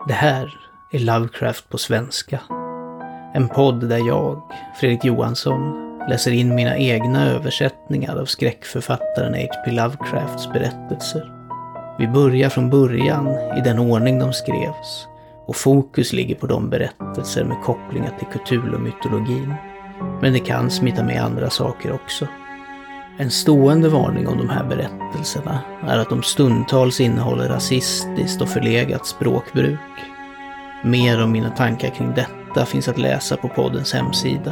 Det här är Lovecraft på svenska. En podd där jag, Fredrik Johansson, läser in mina egna översättningar av skräckförfattaren H.P. Lovecrafts berättelser. Vi börjar från början i den ordning de skrevs och fokus ligger på de berättelser med kopplingar till Cthulhu-mytologin. Men det kan smita med andra saker också. En stående varning om de här berättelserna är att de stundtals innehåller rasistiskt och förlegat språkbruk. Mer om mina tankar kring detta finns att läsa på poddens hemsida.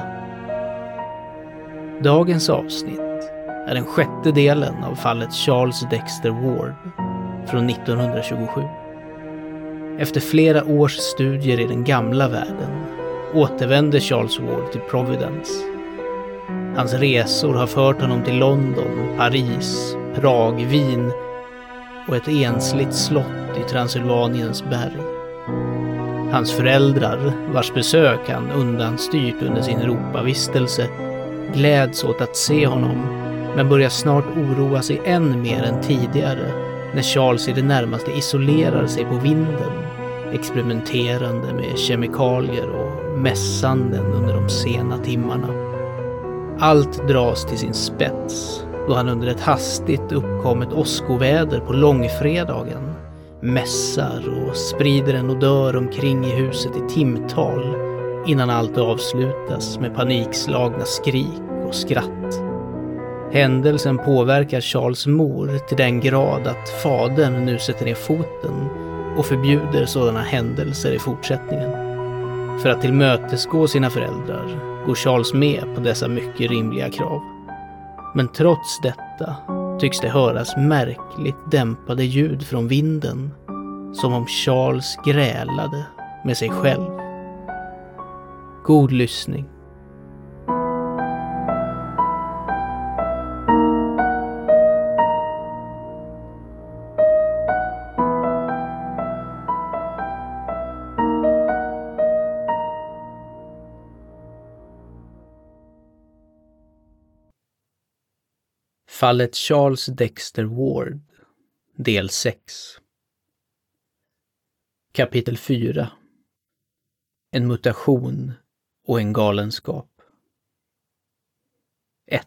Dagens avsnitt är den 6:e delen av fallet Charles Dexter Ward från 1927. Efter flera års studier i den gamla världen återvände Charles Ward till Providence. Hans resor har fört honom till London, Paris, Prag, Wien och ett ensligt slott i Transylvaniens berg. Hans föräldrar, vars besök han undanstyrt under sin Europavistelse, gläds åt att se honom, men börjar snart oroa sig än mer än tidigare när Charles i det närmaste isolerar sig på vinden, experimenterande med kemikalier och mässanden under de sena timmarna. Allt dras till sin spets då han under ett hastigt uppkommet åskoväder på långfredagen mässar och sprider en odör omkring i huset i timtal innan allt avslutas med panikslagna skrik och skratt. Händelsen påverkar Charles mor till den grad att fadern nu sätter ner foten och förbjuder sådana händelser i fortsättningen. För att tillmötesgå sina föräldrar går Charles med på dessa mycket rimliga krav. Men trots detta tycks det höras märkligt dämpade ljud från vinden, som om Charles grälade med sig själv. God lyssning. Fallet Charles Dexter Ward, del 6. Kapitel 4. En mutation och en galenskap. 1.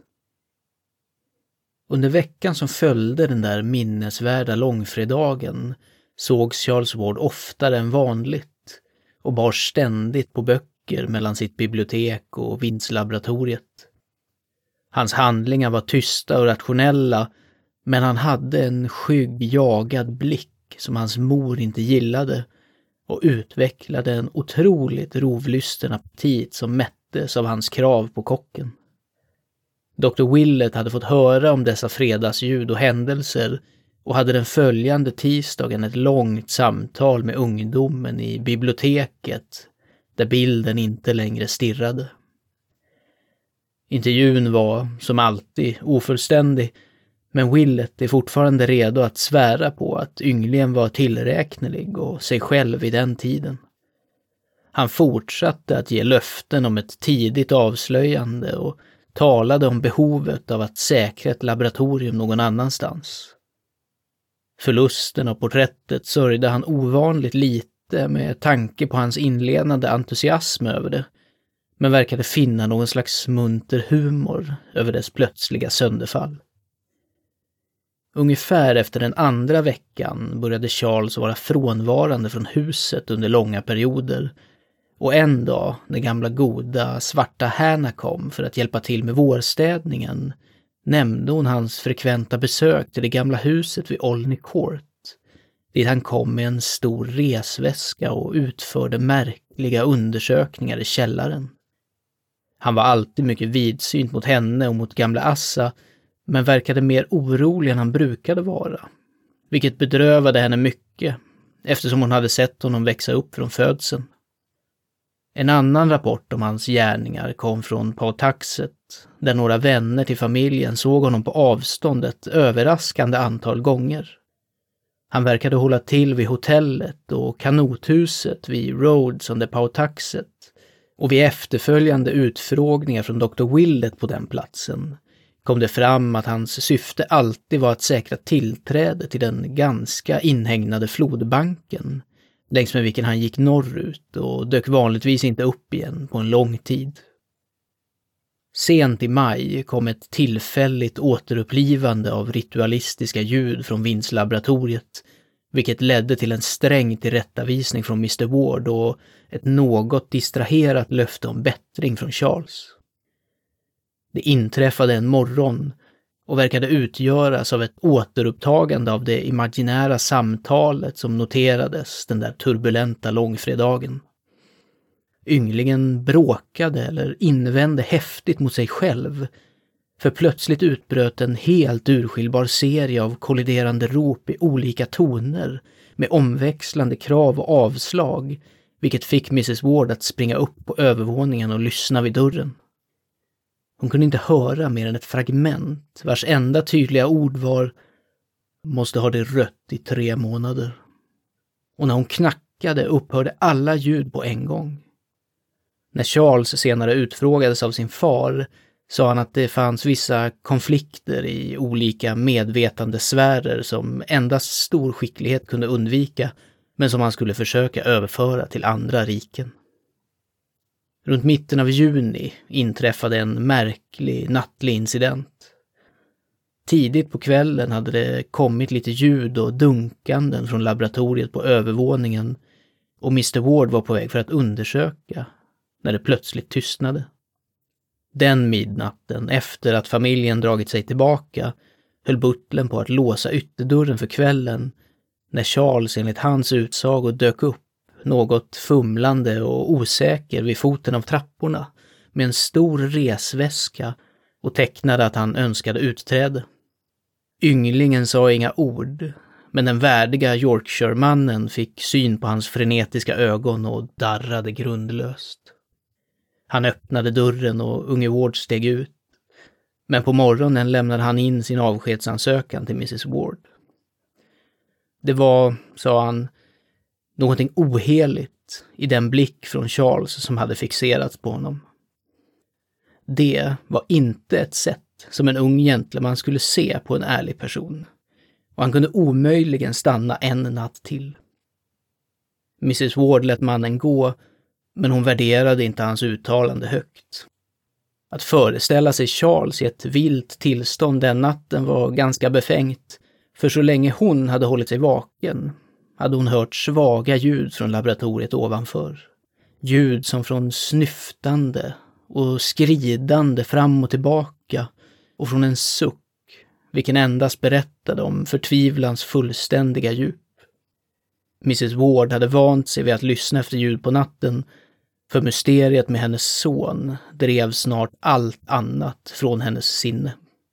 Under veckan som följde den där minnesvärda långfredagen sågs Charles Ward oftare än vanligt och bar ständigt på böcker mellan sitt bibliotek och vindslaboratoriet. Hans handlingar var tysta och rationella, men han hade en skygg, jagad blick som hans mor inte gillade och utvecklade en otroligt rovlysten aptit som mättes av hans krav på kocken. Dr. Willett hade fått höra om dessa fredagsljud och händelser och hade den följande tisdagen ett långt samtal med ungdomen i biblioteket där bilden inte längre stirrade. Intervjun var, som alltid, ofullständig, men Willett är fortfarande redo att svära på att ynglingen var tillräknelig och sig själv i den tiden. Han fortsatte att ge löften om ett tidigt avslöjande och talade om behovet av att säkra ett laboratorium någon annanstans. Förlusten av porträttet sörjde han ovanligt lite med tanke på hans inledande entusiasm över det, men verkade finna någon slags munter humor över dess plötsliga sönderfall. Ungefär efter den andra veckan började Charles vara frånvarande från huset under långa perioder, och en dag när gamla goda svarta Hannah kom för att hjälpa till med vårstädningen nämnde hon hans frekventa besök till det gamla huset vid Olney Court, dit han kom med en stor resväska och utförde märkliga undersökningar i källaren. Han var alltid mycket vidsynt mot henne och mot gamla Assa, men verkade mer orolig än han brukade vara, vilket bedrövade henne mycket eftersom hon hade sett honom växa upp från födseln. En annan rapport om hans gärningar kom från Pawtuxet, där några vänner till familjen såg honom på avstånd ett överraskande antal gånger. Han verkade hålla till vid hotellet och kanothuset vid Rhodes on the Pawtuxet, och vid efterföljande utfrågningar från Dr. Willett på den platsen kom det fram att hans syfte alltid var att säkra tillträde till den ganska inhägnade flodbanken längs med vilken han gick norrut och dök vanligtvis inte upp igen på en lång tid. Sent i maj kom ett tillfälligt återupplivande av ritualistiska ljud från Vince-laboratoriet, vilket ledde till en sträng tillrättavisning från Mr. Ward och ett något distraherat löfte om bättring från Charles. Det inträffade en morgon och verkade utgöras av ett återupptagande av det imaginära samtalet som noterades den där turbulenta långfredagen. Ynglingen bråkade eller invände häftigt mot sig själv, för plötsligt utbröt en helt urskiljbar serie av kolliderande rop i olika toner med omväxlande krav och avslag, vilket fick Mrs. Ward att springa upp på övervåningen och lyssna vid dörren. Hon kunde inte höra mer än ett fragment, vars enda tydliga ord var "måste ha det rött i 3 månader". Och när hon knackade upphörde alla ljud på en gång. När Charles senare utfrågades av sin far sa han att det fanns vissa konflikter i olika medvetandesfärer som endast stor skicklighet kunde undvika, men som han skulle försöka överföra till andra riken. Runt mitten av juni inträffade en märklig nattlig incident. Tidigt på kvällen hade det kommit lite ljud och dunkanden från laboratoriet på övervåningen och Mr. Ward var på väg för att undersöka när det plötsligt tystnade. Den midnatten, efter att familjen dragit sig tillbaka, höll butlern på att låsa ytterdörren för kvällen när Charles enligt hans utsago dök upp, något fumlande och osäker vid foten av trapporna med en stor resväska och tecknade att han önskade utträde. Ynglingen sa inga ord, men den värdiga Yorkshire-mannen fick syn på hans frenetiska ögon och darrade grundlöst. Han öppnade dörren och unge Ward steg ut, men på morgonen lämnade han in sin avskedsansökan till Mrs. Ward. Det var, sa han, någonting oheligt i den blick från Charles som hade fixerats på honom. Det var inte ett sätt som en ung gentleman skulle se på en ärlig person, och han kunde omöjligen stanna en natt till. Mrs. Ward lät mannen gå, men hon värderade inte hans uttalande högt. Att föreställa sig Charles i ett vilt tillstånd den natten var ganska befängt, för så länge hon hade hållit sig vaken hade hon hört svaga ljud från laboratoriet ovanför. Ljud som från snyftande och skridande fram och tillbaka och från en suck, vilken endast berättade om förtvivlans fullständiga djup. Mrs. Ward hade vant sig vid att lyssna efter ljud på natten, för mysteriet med hennes son drev snart allt annat från hennes sinne.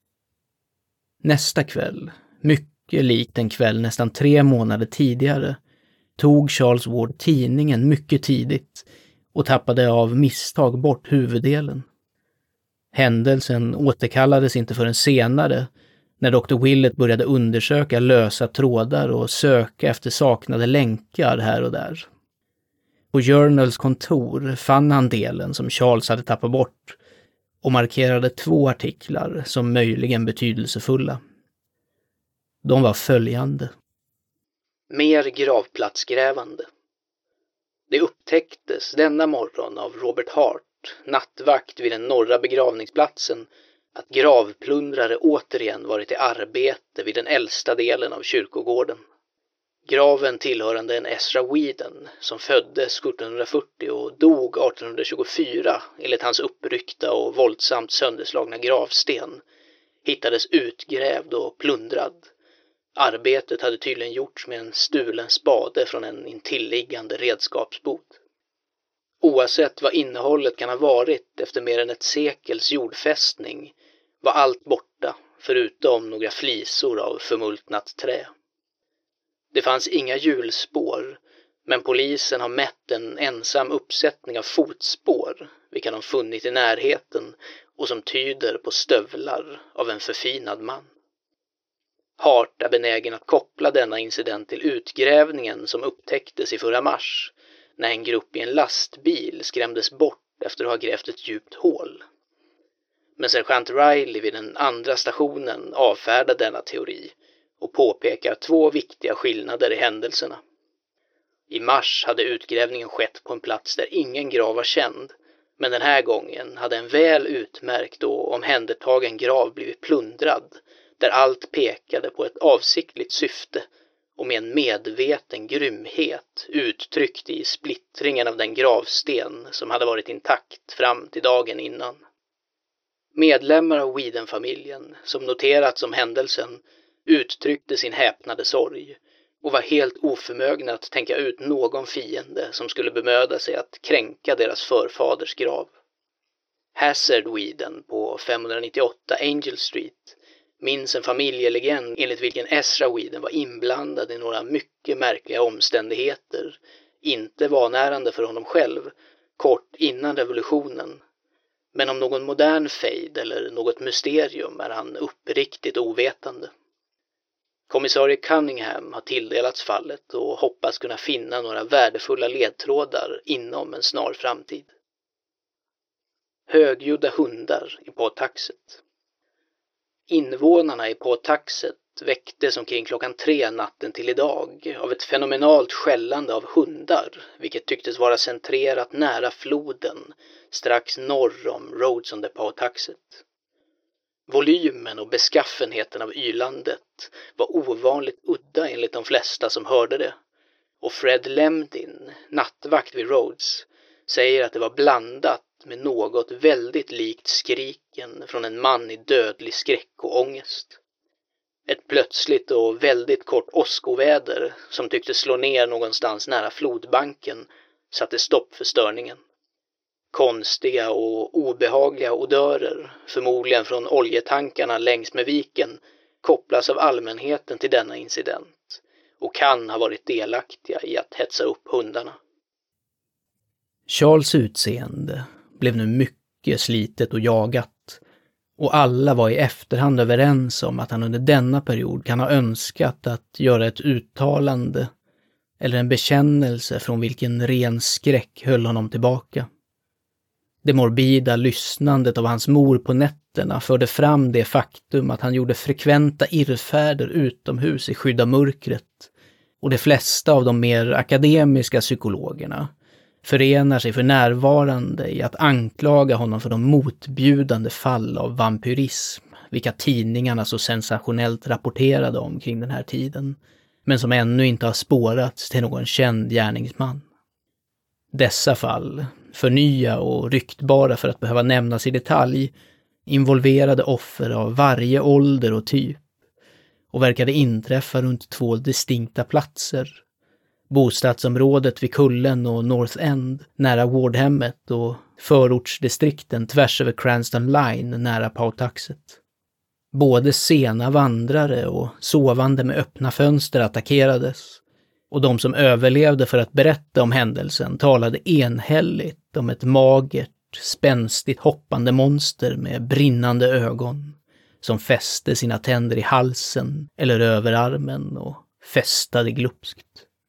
Nästa kväll, mycket likt en kväll nästan 3 månader tidigare, tog Charles Ward tidningen mycket tidigt och tappade av misstag bort huvuddelen. Händelsen återkallades inte förrän senare, när Dr. Willett började undersöka lösa trådar och söka efter saknade länkar här och där. På Journals kontor fann han delen som Charles hade tappat bort och markerade 2 artiklar som möjligen betydelsefulla. De var följande. Mer gravplatsgrävande. Det upptäcktes denna morgon av Robert Hart, nattvakt vid den norra begravningsplatsen, att gravplundrare återigen varit i arbete vid den äldsta delen av kyrkogården. Graven tillhörande en Ezra Whedon som föddes 1740 och dog 1824 enligt hans uppryckta och våldsamt sönderslagna gravsten hittades utgrävd och plundrad. Arbetet hade tydligen gjorts med en stulen spade från en intilliggande redskapsbod. Oavsett vad innehållet kan ha varit efter mer än ett sekels jordfästning var allt borta förutom några flisor av förmultnat trä. Det fanns inga hjulspår, men polisen har mätt en ensam uppsättning av fotspår, vilka de funnit i närheten och som tyder på stövlar av en förfinad man. Hart är benägen att koppla denna incident till utgrävningen som upptäcktes i förra mars, när en grupp i en lastbil skrämdes bort efter att ha grävt ett djupt hål. Men sergeant Riley vid den andra stationen avfärdar denna teori och påpekar 2 viktiga skillnader i händelserna. I mars hade utgrävningen skett på en plats där ingen grav var känd, men den här gången hade en väl utmärkt och omhändertagen grav blivit plundrad, där allt pekade på ett avsiktligt syfte och med en medveten grymhet uttryckt i splittringen av den gravsten som hade varit intakt fram till dagen innan. Medlemmar av Whedon-familjen, som noterats om händelsen, uttryckte sin häpnade sorg och var helt oförmögna att tänka ut någon fiende som skulle bemöda sig att kränka deras förfaders grav. Hazard Whedon på 598 Angel Street minns en familjelegend enligt vilken Ezra Whedon var inblandad i några mycket märkliga omständigheter, inte vanärande för honom själv, kort innan revolutionen. Men om någon modern fejd eller något mysterium är han uppriktigt ovetande. Kommissarie Cunningham har tilldelats fallet och hoppas kunna finna några värdefulla ledtrådar inom en snar framtid. Högljudda hundar i Pawtuxet. Invånarna i Pawtuxet väcktes omkring 3 natten till idag av ett fenomenalt skällande av hundar, vilket tycktes vara centrerat nära floden strax norr om Roads on the Pawtuxet. Volymen och beskaffenheten av ylandet var ovanligt udda enligt de flesta som hörde det, och Fred Lemdin, nattvakt vid Rhodes, säger att det var blandat med något väldigt likt skriken från en man i dödlig skräck och ångest. Ett plötsligt och väldigt kort åskoväder som tyckte slå ner någonstans nära flodbanken satte stopp för störningen. Konstiga och obehagliga odörer, förmodligen från oljetankarna längs med viken, kopplas av allmänheten till denna incident och kan ha varit delaktiga i att hetsa upp hundarna. Charles utseende blev nu mycket slitet och jagat, och alla var i efterhand överens om att han under denna period kan ha önskat att göra ett uttalande eller en bekännelse från vilken ren skräck höll honom tillbaka. Det morbida lyssnandet av hans mor på nätterna förde fram det faktum att han gjorde frekventa irrfärder utomhus i skydd av mörkret, och de flesta av de mer akademiska psykologerna förenar sig för närvarande i att anklaga honom för de motbjudande fall av vampyrism, vilka tidningarna så sensationellt rapporterade om kring den här tiden, men som ännu inte har spårats till någon känd gärningsman. Dessa fall, för nya och ryktbara för att behöva nämnas i detalj, involverade offer av varje ålder och typ och verkade inträffa runt 2 distinkta platser. Bostadsområdet vid Kullen och North End nära Wardhemmet och förortsdistrikten tvärs över Cranston Line nära Pawtuxet. Både sena vandrare och sovande med öppna fönster attackerades, och de som överlevde för att berätta om händelsen talade enhälligt om ett magert, spänstigt hoppande monster med brinnande ögon som fäste sina tänder i halsen eller över armen och fästade glupskt.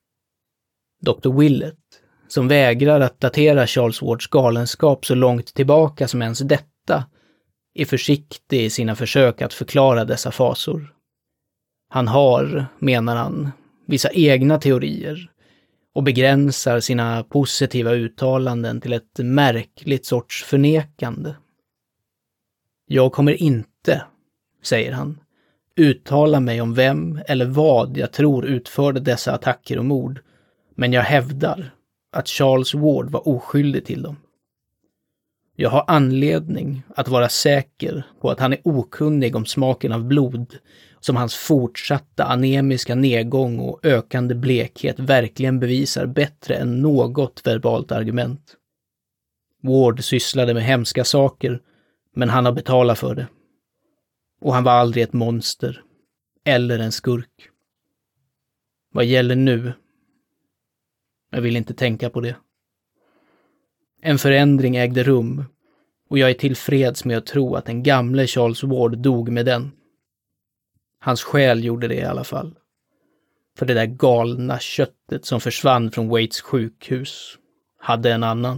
Dr. Willett, som vägrar att datera Charles Wards galenskap så långt tillbaka som ens detta, är försiktig i sina försök att förklara dessa fasor. Han har, menar han, vissa egna teorier och begränsar sina positiva uttalanden till ett märkligt sorts förnekande. Jag kommer inte, säger han, uttala mig om vem eller vad jag tror utförde dessa attacker och mord, men jag hävdar att Charles Ward var oskyldig till dem. Jag har anledning att vara säker på att han är okunnig om smaken av blod, som hans fortsatta anemiska nedgång och ökande blekhet verkligen bevisar bättre än något verbalt argument. Ward sysslade med hemska saker, men han har betalat för det. Och han var aldrig ett monster, eller en skurk. Vad gäller nu? Jag vill inte tänka på det. En förändring ägde rum, och jag är tillfreds med att tro att den gamle Charles Ward dog med den. Hans själ gjorde det i alla fall. För det där galna köttet som försvann från Waits sjukhus hade en annan.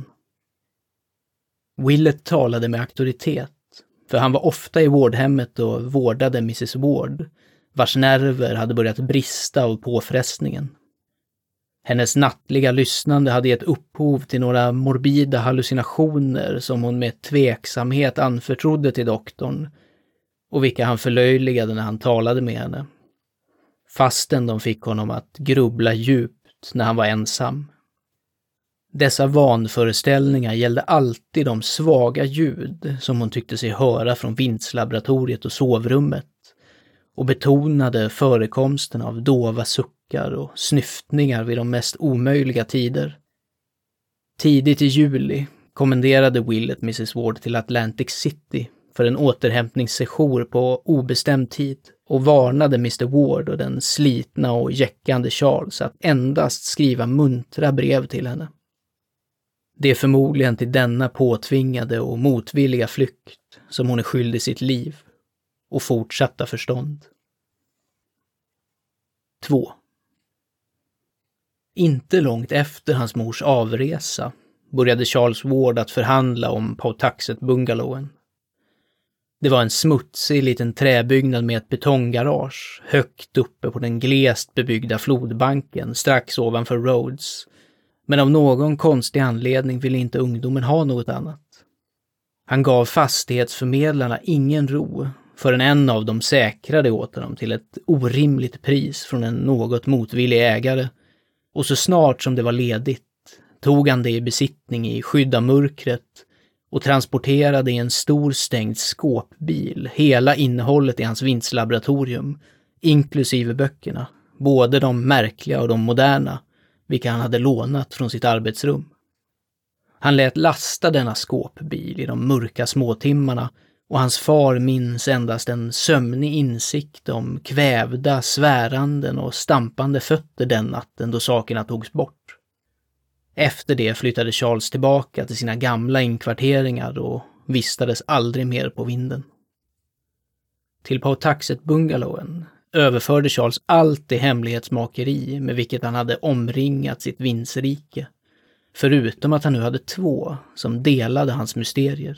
Willett talade med auktoritet, för han var ofta i vårdhemmet och vårdade Mrs. Ward, vars nerver hade börjat brista av påfrestningen. Hennes nattliga lyssnande hade gett upphov till några morbida hallucinationer som hon med tveksamhet anförtrodde till doktorn och vilka han förlöjligade när han talade med henne. Fastän de fick honom att grubbla djupt när han var ensam. Dessa vanföreställningar gällde alltid de svaga ljud som hon tyckte sig höra från vindslaboratoriet och sovrummet och betonade förekomsten av dova suckar och snyftningar vid de mest omöjliga tider. Tidigt i juli kommenderade Willett Mrs. Ward till Atlantic City för en återhämtningssession på obestämd tid och varnade Mr. Ward och den slitna och jäckande Charles att endast skriva muntra brev till henne. Det är förmodligen till denna påtvingade och motvilliga flykt som hon är skyldig sitt liv och fortsatta förstånd. 2. Inte långt efter hans mors avresa började Charles Ward att förhandla om Pawtuxet-bungalowen. Det var en smutsig liten träbyggnad med ett betonggarage högt uppe på den glest bebyggda flodbanken strax ovanför Rhodes. Men av någon konstig anledning ville inte ungdomen ha något annat. Han gav fastighetsförmedlarna ingen ro förrän en av dem säkrade åt honom till ett orimligt pris från en något motvillig ägare, och så snart som det var ledigt tog han det i besittning i skydd av mörkret och transporterade i en stor stängd skåpbil hela innehållet i hans vindslaboratorium, inklusive böckerna, både de märkliga och de moderna, vilka han hade lånat från sitt arbetsrum. Han lät lasta denna skåpbil i de mörka småtimmarna och hans far minns endast en sömnig insikt om kvävda, sväranden och stampande fötter den natten då sakerna togs bort. Efter det flyttade Charles tillbaka till sina gamla inkvarteringar och vistades aldrig mer på vinden. Till Pawtuxet-bungalowen överförde Charles allt det hemlighetsmakeri med vilket han hade omringat sitt vindsrike, förutom att han nu hade 2 som delade hans mysterier.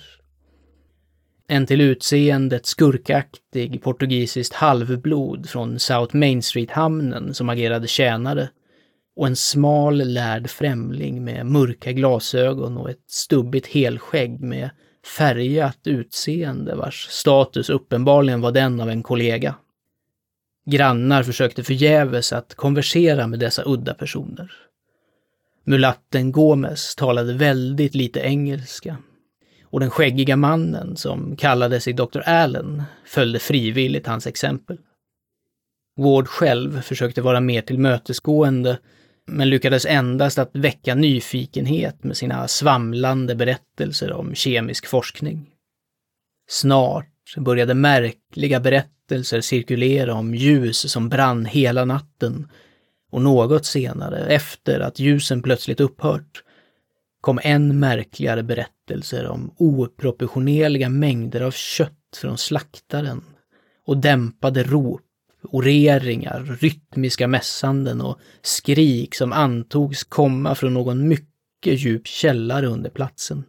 En till utseendet skurkaktig portugisiskt halvblod från South Main Street-hamnen som agerade tjänare, och en smal lärd främling med mörka glasögon och ett stubbigt helskägg med färgat utseende vars status uppenbarligen var den av en kollega. Grannar försökte förgäves att konversera med dessa udda personer. Mulatten Gomez talade väldigt lite engelska, och den skäggiga mannen som kallade sig Dr. Allen följde frivilligt hans exempel. Ward själv försökte vara mer tillmötesgående, men lyckades endast att väcka nyfikenhet med sina svamlande berättelser om kemisk forskning. Snart började märkliga berättelser cirkulera om ljus som brann hela natten, och något senare, efter att ljusen plötsligt upphört, kom än märkligare berättelser om oproportionerliga mängder av kött från slaktaren och dämpade rop, oreringar, rytmiska mässanden och skrik som antogs komma från någon mycket djup källare under platsen.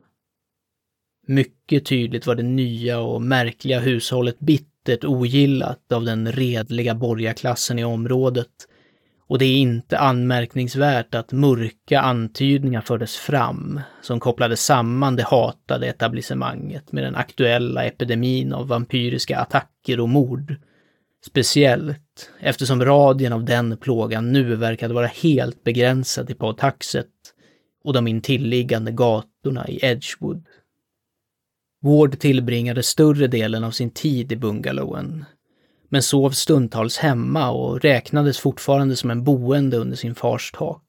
Mycket tydligt var det nya och märkliga hushållet bittert ogillat av den redliga borgarklassen i området, och det är inte anmärkningsvärt att mörka antydningar fördes fram som kopplade samman det hatade etablissemanget med den aktuella epidemin av vampyriska attacker och mord. Speciellt eftersom radien av den plågan nu verkade vara helt begränsad till Pawtuxet och de intilliggande gatorna i Edgewood. Ward tillbringade större delen av sin tid i bungalowen, men sov stundtals hemma och räknades fortfarande som en boende under sin fars tak.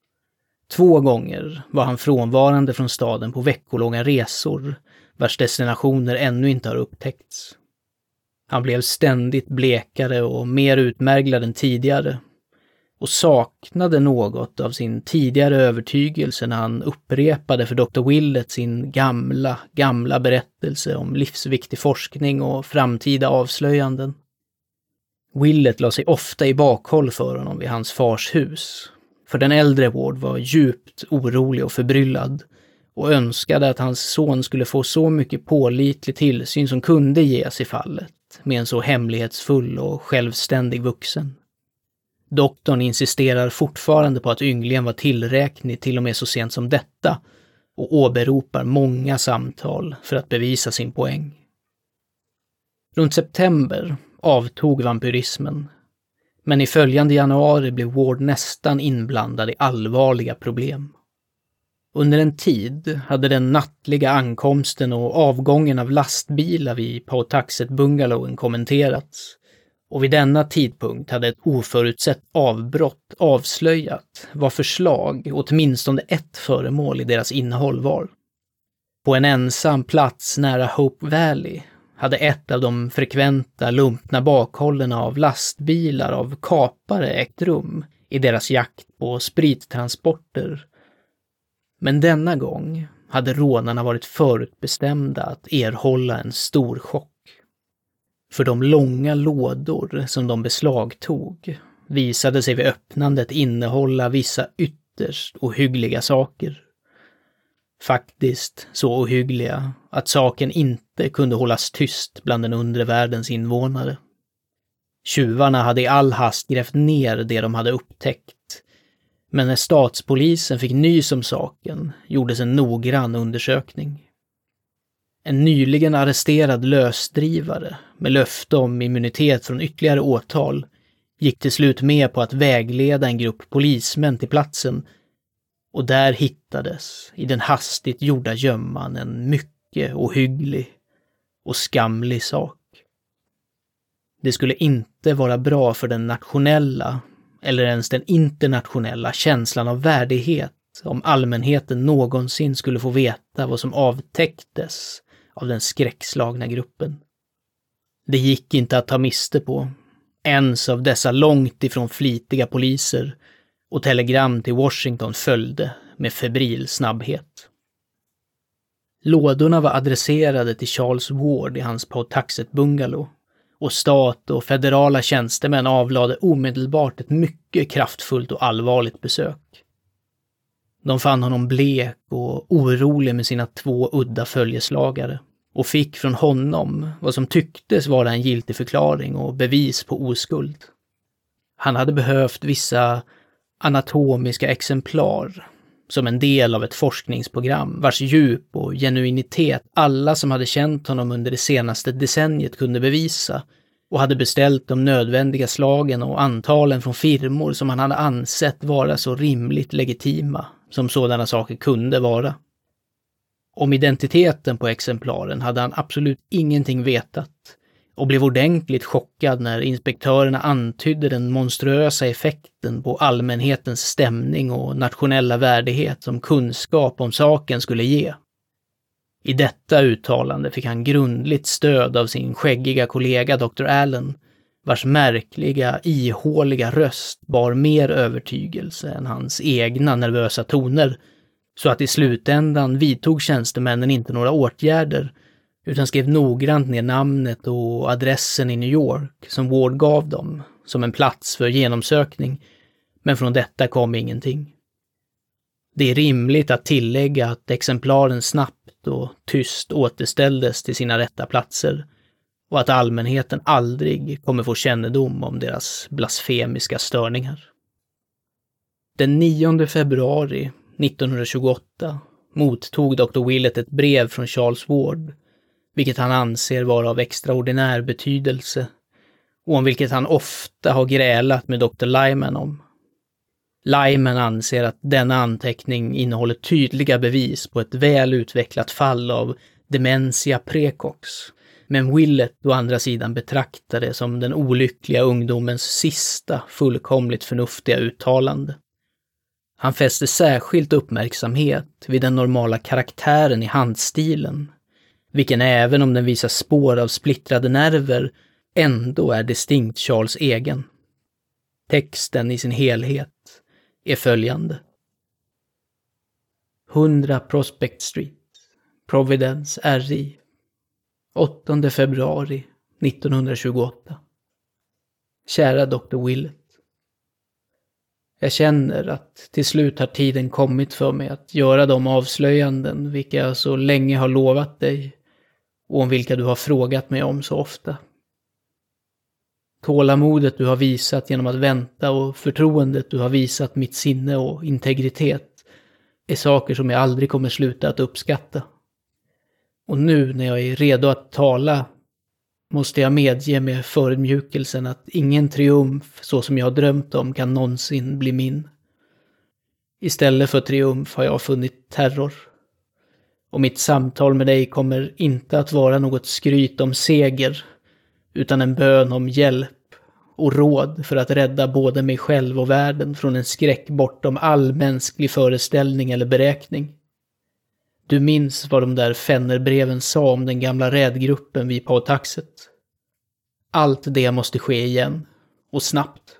2 gånger var han frånvarande från staden på veckolånga resor, vars destinationer ännu inte har upptäckts. Han blev ständigt blekare och mer utmärglad än tidigare, och saknade något av sin tidigare övertygelse när han upprepade för Dr. Willett sin gamla berättelse om livsviktig forskning och framtida avslöjanden. Willett la sig ofta i bakhåll för honom vid hans fars hus, för den äldre Ward var djupt orolig och förbryllad och önskade att hans son skulle få så mycket pålitlig tillsyn som kunde ges i fallet med en så hemlighetsfull och självständig vuxen. Doktorn insisterar fortfarande på att ynglingen var tillräknig till och med så sent som detta och åberopar många samtal för att bevisa sin poäng. Runt september avtog vampyrismen, men i följande januari blev Ward nästan inblandad i allvarliga problem. Under en tid hade den nattliga ankomsten och avgången av lastbilar vid Pawtuxet-bungalowen kommenterats, och vid denna tidpunkt hade ett oförutsett avbrott avslöjat vad förslag, åtminstone ett föremål i deras innehåll var. På en ensam plats nära Hope Valley hade ett av de frekventa lumpna bakhållerna av lastbilar av kapare ägt rum i deras jakt på sprittransporter. Men denna gång hade rånarna varit förutbestämda att erhålla en stor chock. För de långa lådor som de beslagtog visade sig vid öppnandet innehålla vissa ytterst ohyggliga saker. Faktiskt så ohyggliga att saken inte kunde hållas tyst bland den undre världens invånare. Tjuvarna hade i all hast grävt ner det de hade upptäckt, men när statspolisen fick nys om saken gjordes en noggrann undersökning. En nyligen arresterad lösdrivare med löfte om immunitet från ytterligare åtal gick till slut med på att vägleda en grupp polismän till platsen, och där hittades i den hastigt gjorda gömman en mycket ohygglig och skamlig sak. Det skulle inte vara bra för den nationella eller ens den internationella känslan av värdighet om allmänheten någonsin skulle få veta vad som avtäcktes av den skräckslagna gruppen. Det gick inte att ta miste på, ens av dessa långt ifrån flitiga poliser, och telegram till Washington följde med febril snabbhet. Lådorna var adresserade till Charles Ward i hans Pawtuxet-bungalow, och stat och federala tjänstemän avlade omedelbart ett mycket kraftfullt och allvarligt besök. De fann honom blek och orolig med sina 2 udda följeslagare och fick från honom vad som tycktes vara en giltig förklaring och bevis på oskuld. Han hade behövt vissa anatomiska exemplar som en del av ett forskningsprogram vars djup och genuinitet alla som hade känt honom under det senaste decenniet kunde bevisa, och hade beställt de nödvändiga slagen och antalen från firmor som han hade ansett vara så rimligt legitima som sådana saker kunde vara. Om identiteten på exemplaren hade han absolut ingenting vetat, och blev ordentligt chockad när inspektörerna antydde den monstruösa effekten på allmänhetens stämning och nationella värdighet som kunskap om saken skulle ge. I detta uttalande fick han grundligt stöd av sin skäggiga kollega Dr. Allen, vars märkliga, ihåliga röst bar mer övertygelse än hans egna nervösa toner, så att i slutändan vidtog tjänstemännen inte några åtgärder, utan skrev noggrant ner namnet och adressen i New York som Ward gav dem som en plats för genomsökning, men från detta kom ingenting. Det är rimligt att tillägga att exemplaren snabbt och tyst återställdes till sina rätta platser, och att allmänheten aldrig kommer få kännedom om deras blasfemiska störningar. Den 9 februari 1928 mottog Dr. Willett ett brev från Charles Ward, vilket han anser vara av extraordinär betydelse och om vilket han ofta har grälat med Dr. Lyman om. Lyman anser att denna anteckning innehåller tydliga bevis på ett väl utvecklat fall av dementia precox, men Willett å andra sidan betraktar det som den olyckliga ungdomens sista fullkomligt förnuftiga uttalande. Han fäster särskilt uppmärksamhet vid den normala karaktären i handstilen, vilken även om den visar spår av splittrade nerver ändå är distinkt Charles egen. Texten i sin helhet är följande. 100 Prospect Street, Providence, RI, 8 februari 1928. Kära Dr. Willett. Jag känner att till slut har tiden kommit för mig att göra de avslöjanden vilka jag så länge har lovat dig och om vilka du har frågat mig om så ofta. Tålamodet du har visat genom att vänta och förtroendet du har visat mitt sinne och integritet är saker som jag aldrig kommer sluta att uppskatta. Och nu när jag är redo att tala måste jag medge med förödmjukelsen att ingen triumf så som jag har drömt om kan någonsin bli min. Istället för triumf har jag funnit terror. Och mitt samtal med dig kommer inte att vara något skryt om seger, utan en bön om hjälp och råd för att rädda både mig själv och världen från en skräck bortom all mänsklig föreställning eller beräkning. Du minns vad de där Fennerbreven sa om den gamla rädgruppen vid Pautaxet. Allt det måste ske igen, och snabbt.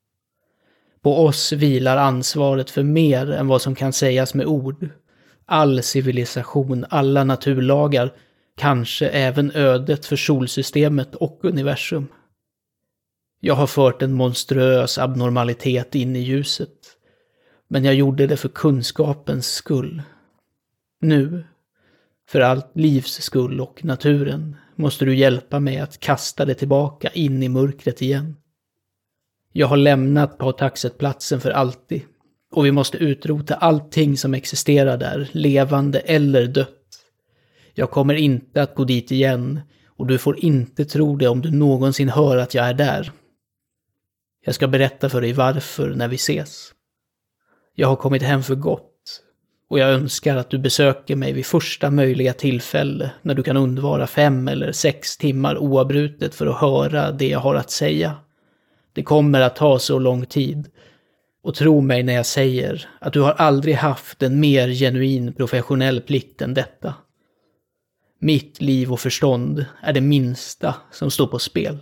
På oss vilar ansvaret för mer än vad som kan sägas med ord. All civilisation, alla naturlagar, kanske även ödet för solsystemet och universum. Jag har fört en monstruös abnormalitet in i ljuset, men jag gjorde det för kunskapens skull. Nu, för allt livs skull och naturen, måste du hjälpa mig att kasta det tillbaka in i mörkret igen. Jag har lämnat Pautaxet-platsen för alltid, och vi måste utrota allting som existerar där, levande eller dött. Jag kommer inte att gå dit igen, och du får inte tro det om du någonsin hör att jag är där. Jag ska berätta för dig varför när vi ses. Jag har kommit hem för gott, och jag önskar att du besöker mig vid första möjliga tillfälle när du kan undvara 5 eller 6 timmar oavbrutet för att höra det jag har att säga. Det kommer att ta så lång tid, och tro mig när jag säger att du har aldrig haft en mer genuin professionell plikt än detta. Mitt liv och förstånd är det minsta som står på spel.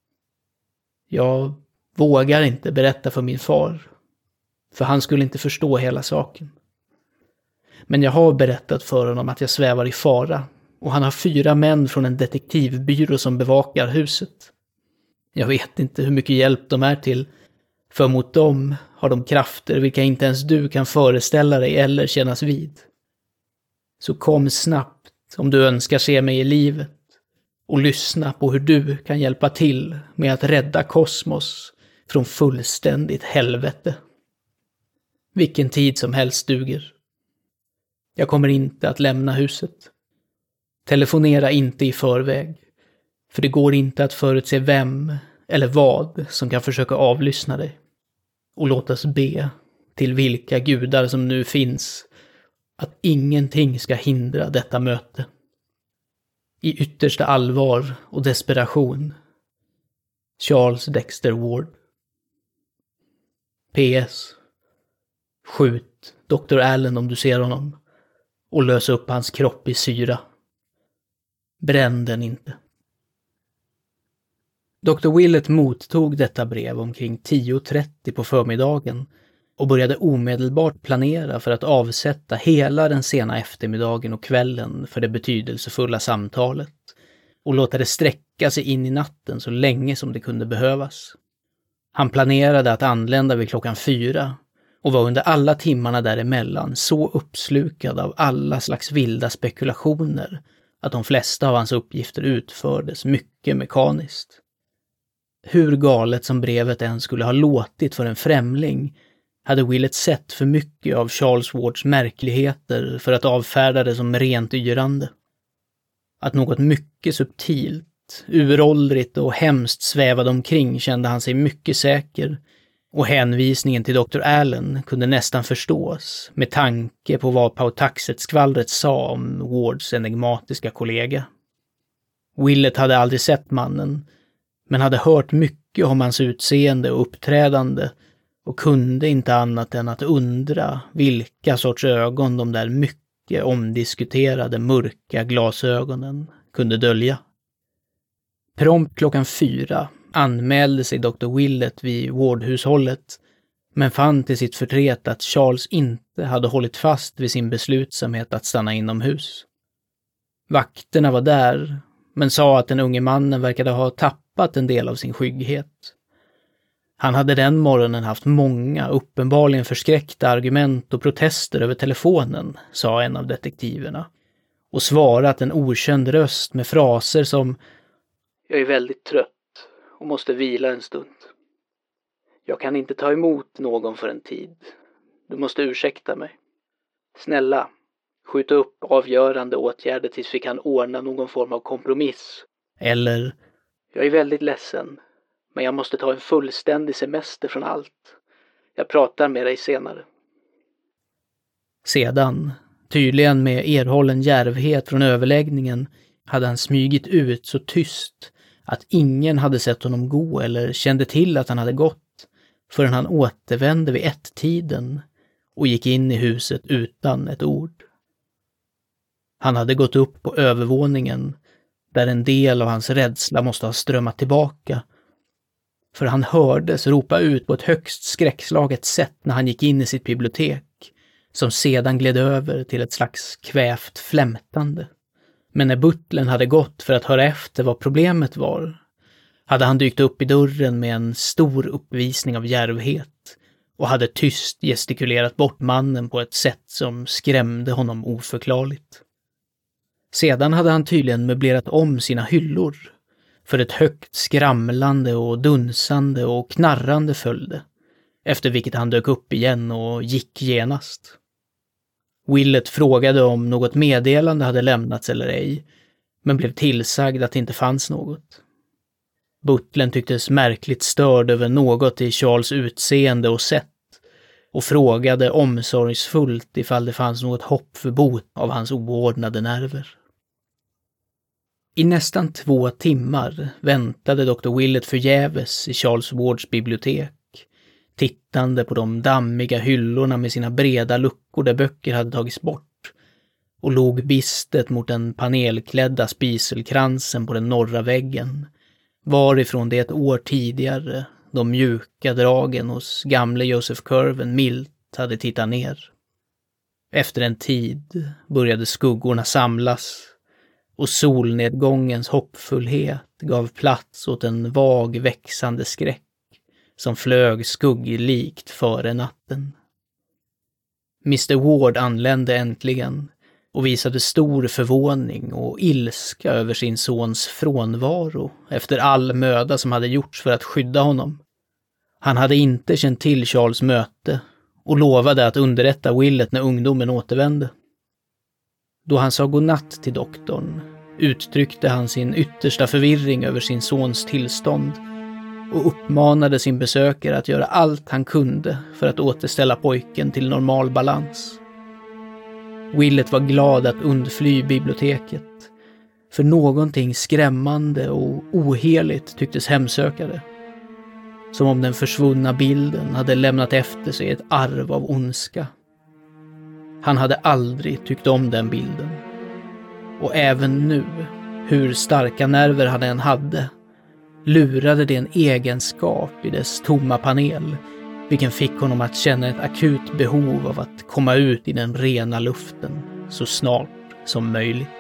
Jag vågar inte berätta för min far, för han skulle inte förstå hela saken. Men jag har berättat för honom att jag svävar i fara, och han har 4 män från en detektivbyrå som bevakar huset. Jag vet inte hur mycket hjälp de är till, för mot dem har de krafter vilka inte ens du kan föreställa dig eller kännas vid. Så kom snabbt om du önskar se mig i livet, och lyssna på hur du kan hjälpa till med att rädda kosmos från fullständigt helvete. Vilken tid som helst duger. Jag kommer inte att lämna huset. Telefonera inte i förväg, för det går inte att förutse vem eller vad som kan försöka avlyssna dig. Och låt oss be till vilka gudar som nu finns att ingenting ska hindra detta möte. I yttersta allvar och desperation. Charles Dexter Ward. PS. Skjut Dr. Allen om du ser honom, och lös upp hans kropp i syra. Bränn den inte. Dr. Willett mottog detta brev omkring 10:30 på förmiddagen och började omedelbart planera för att avsätta hela den sena eftermiddagen och kvällen för det betydelsefulla samtalet och låta det sträcka sig in i natten så länge som det kunde behövas. Han planerade att anlända vid klockan 4 och var under alla timmarna däremellan så uppslukad av alla slags vilda spekulationer att de flesta av hans uppgifter utfördes mycket mekaniskt. Hur galet som brevet än skulle ha låtit för en främling hade Willett sett för mycket av Charles Wards märkligheter för att avfärda det som rent yrande. Att något mycket subtilt, uråldrigt och hemskt svävade omkring kände han sig mycket säker, och hänvisningen till Dr. Allen kunde nästan förstås med tanke på vad Pautaxet-skvallret sa om Wards enigmatiska kollega. Willett hade aldrig sett mannen, men hade hört mycket om hans utseende och uppträdande och kunde inte annat än att undra vilka sorts ögon de där mycket omdiskuterade mörka glasögonen kunde dölja. Prompt klockan 4 anmälde sig Dr. Willett vid Ward-hushållet, men fann till sitt förtret att Charles inte hade hållit fast vid sin beslutsamhet att stanna inomhus. Vakterna var där, men sa att den unge mannen verkade ha tappat en del av sin skygghet. Han hade den morgonen haft många, uppenbarligen förskräckta argument och protester över telefonen, sa en av detektiverna, och svarat en okänd röst med fraser som: "Jag är väldigt trött och måste vila en stund. Jag kan inte ta emot någon för en tid. Du måste ursäkta mig. Snälla, skjuta upp avgörande åtgärder tills vi kan ordna någon form av kompromiss. Eller, jag är väldigt ledsen, men jag måste ta en fullständig semester från allt. Jag pratar med dig senare. Sedan, tydligen med erhållen djärvhet från överläggningen, hade han smygit ut så tyst att ingen hade sett honom gå eller kände till att han hade gått förrän han återvände vid 1-tiden och gick in i huset utan ett ord. Han hade gått upp på övervåningen där en del av hans rädsla måste ha strömmat tillbaka, för han hördes ropa ut på ett högst skräckslaget sätt när han gick in i sitt bibliotek, som sedan gled över till ett slags kvävt flämtande. Men när butlern hade gått för att höra efter vad problemet var, hade han dykt upp i dörren med en stor uppvisning av djärvhet och hade tyst gestikulerat bort mannen på ett sätt som skrämde honom oförklarligt. Sedan hade han tydligen möblerat om sina hyllor, för ett högt skramlande och dunsande och knarrande följde, efter vilket han dök upp igen och gick genast. Willett frågade om något meddelande hade lämnats eller ej, men blev tillsagd att det inte fanns något. Butlern tycktes märkligt störd över något i Charles utseende och sätt och frågade omsorgsfullt ifall det fanns något hopp för bot av hans oordnade nerver. I nästan 2 timmar väntade Dr. Willett förgäves i Charles Wards bibliotek, tittande på de dammiga hyllorna med sina breda luckor där böcker hade tagits bort, och låg bistet mot den panelklädda spiselkransen på den norra väggen, varifrån det ett år tidigare de mjuka dragen hos gamle Joseph Curwen milt hade tittat ner. Efter en tid började skuggorna samlas, och solnedgångens hoppfullhet gav plats åt en vag växande skräck som flög skugglikt före natten. Mr. Ward anlände äntligen och visade stor förvåning och ilska över sin sons frånvaro efter all möda som hade gjorts för att skydda honom. Han hade inte känt till Charles möte och lovade att underrätta Willett när ungdomen återvände. Då han sa godnatt till doktorn uttryckte han sin yttersta förvirring över sin sons tillstånd och uppmanade sin besökare att göra allt han kunde för att återställa pojken till normal balans. Willett var glad att undfly biblioteket, för någonting skrämmande och oheligt tycktes hemsöka det. Som om den försvunna bilden hade lämnat efter sig ett arv av ondska. Han hade aldrig tyckt om den bilden. Och även nu, hur starka nerver han än hade, lurade det en egenskap i dess tomma panel, vilken fick honom att känna ett akut behov av att komma ut i den rena luften så snart som möjligt.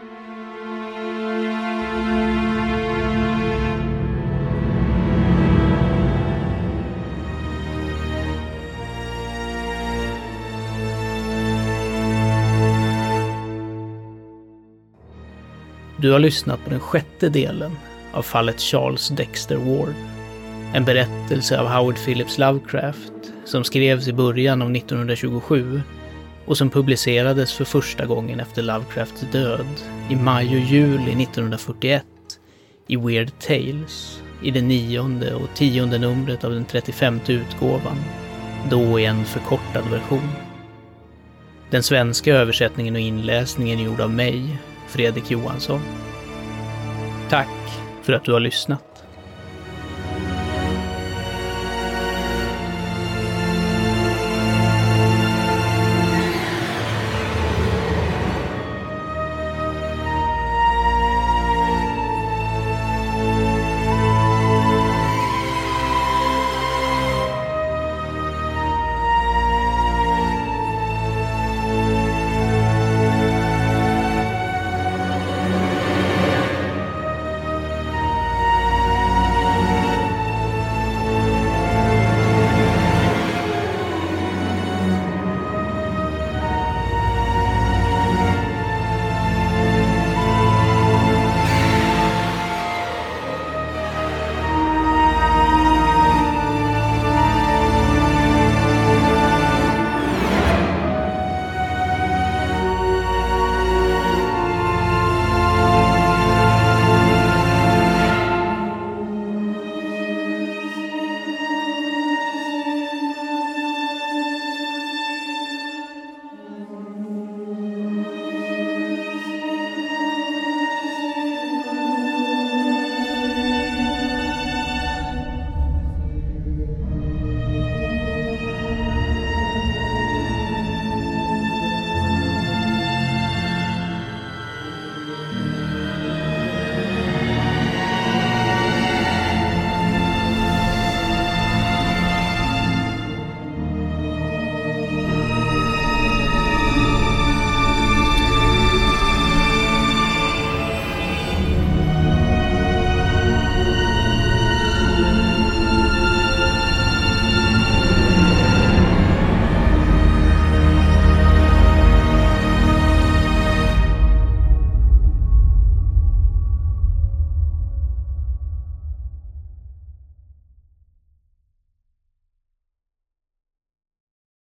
Du har lyssnat på den 6:e delen av fallet Charles Dexter Ward. En berättelse av Howard Phillips Lovecraft som skrevs i början av 1927 och som publicerades för första gången efter Lovecrafts död i maj och juli 1941 i Weird Tales i det 9:e och 10:e numret av den 35:e utgåvan, då i en förkortad version. Den svenska översättningen och inläsningen är gjord av mig, Fredrik Johansson. Tack för att du har lyssnat.